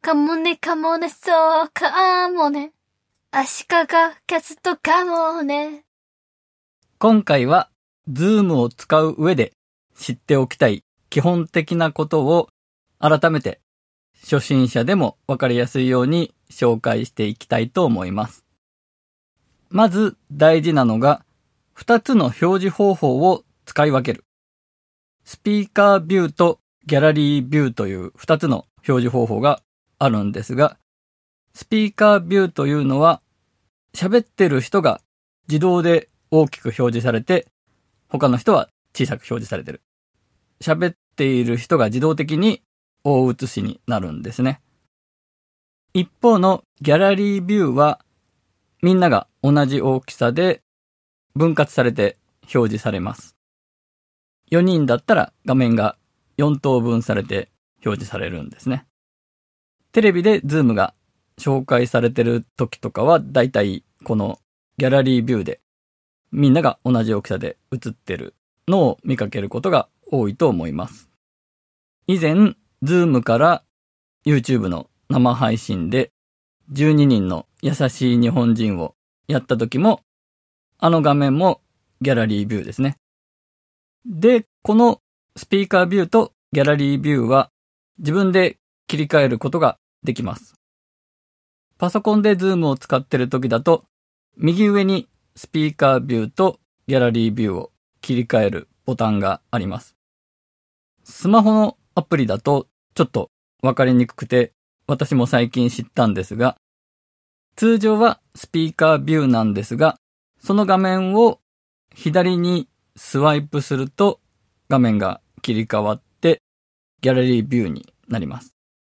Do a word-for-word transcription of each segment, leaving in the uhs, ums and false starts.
かもねかもねそうかもね。足利キャストかもね。 今回は Zoom を使う上で知っておきたい基本的なことを改めて初心者でもわかりやすいように紹介していきたいと思います。まず大事なのがふたつの表示方法を使い分ける。スピーカービューとギャラリービューというふたつの表示方法があるんですが、スピーカービューというのは喋ってる人が自動で大きく表示されて、他の人は小さく表示されてる。喋っている人が自動的に大写しになるんですね。一方のギャラリービューはみんなが同じ大きさで分割されて表示されます。よにんだったら画面がよん等分されて表示されるんですね。テレビで Zoom が紹介されてる時とかはだいたいこのギャラリービューでみんなが同じ大きさで映ってるのを見かけることが多いと思います。以前 Zoom から YouTube の生配信でじゅうににんの優しい日本人をやった時もあの画面もギャラリービューですね。で、このスピーカービューとギャラリービューは自分で切り替えることができます。パソコンで Zoom を使っている時だと右上にスピーカービューとギャラリービューを切り替えるボタンがあります。スマホのアプリだとちょっとわかりにくくて私も最近知ったんですが、通常はスピーカービューなんですが、その画面を左にスワイプすると画面が切り替わってギャラリービューになります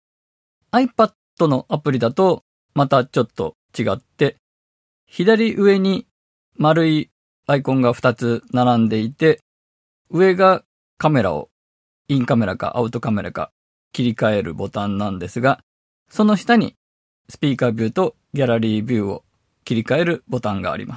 。iPad のアプリだとまたちょっと違って、左上に丸いアイコンがふたつ並んでいて、上がカメラをインカメラかアウトカメラか切り替えるボタンなんですが、その下にスピーカービューとギャラリービューを切り替えるボタンがあります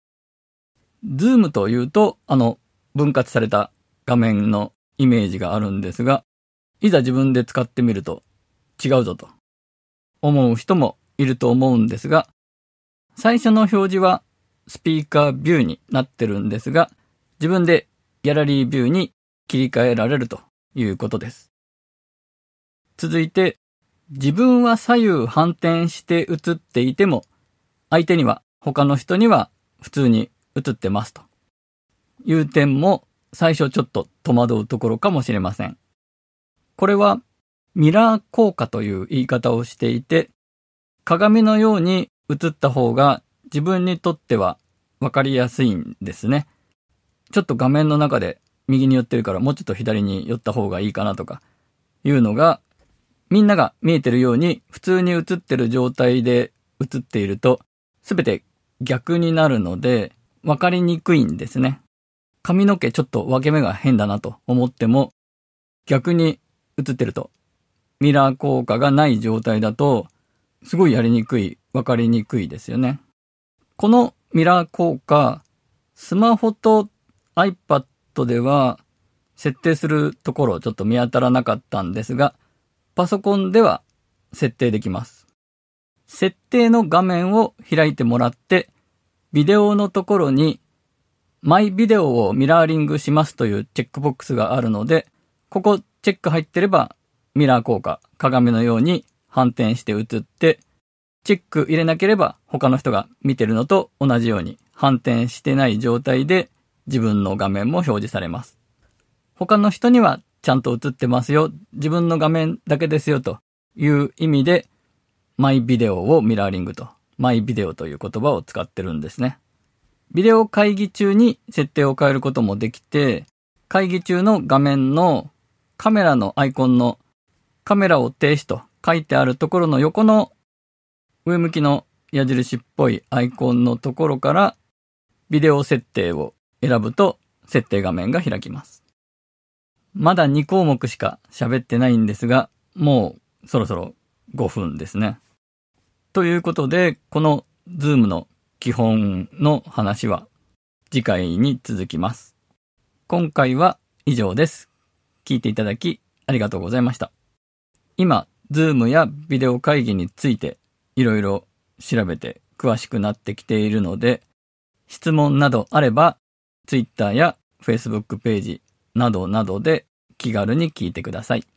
。Zoom というとあの分割された画面のイメージがあるんですが、いざ自分で使ってみると違うぞと思う人もいると思うんですが、最初の表示はスピーカービューになってるんですが、自分でギャラリービューに切り替えられるということです。続いて、自分は左右反転して映っていても、相手には他の人には普通に映ってますという点も最初ちょっと戸惑うところかもしれません。これはミラー効果という言い方をしていて、鏡のように映った方が自分にとっては分かりやすいんですね。ちょっと画面の中で右に寄ってるからもうちょっと左に寄った方がいいかなとかいうのが、みんなが見えてるように普通に映ってる状態で映っているとすべて逆になるので分かりにくいんですね。髪の毛ちょっと分け目が変だなと思っても、逆に映ってるとミラー効果がない状態だとすごいやりにくい、分かりにくいですよね。このミラー効果、スマホと iPad では設定するところちょっと見当たらなかったんですが、パソコンでは設定できます。設定の画面を開いてもらって、ビデオのところにマイビデオをミラーリングしますというチェックボックスがあるので、ここチェック入ってればミラー効果、鏡のように反転して映って、チェック入れなければ他の人が見てるのと同じように反転してない状態で自分の画面も表示されます。他の人にはちゃんと映ってますよ、自分の画面だけですよという意味でマイビデオをミラーリングと、マイビデオという言葉を使ってるんですね。ビデオ会議中に設定を変えることもできて、会議中の画面のカメラのアイコンのカメラを停止と書いてあるところの横の上向きの矢印っぽいアイコンのところからビデオ設定を選ぶと設定画面が開きます。まだに項目しか喋ってないんですが、もうそろそろごふんですね。ということで、この Zoom の基本の話は次回に続きます。今回は以上です。聞いていただきありがとうございました。今ズームやビデオ会議についていろいろ調べて詳しくなってきているので、質問などあれば Twitter や Facebook ページなどなどで気軽に聞いてください。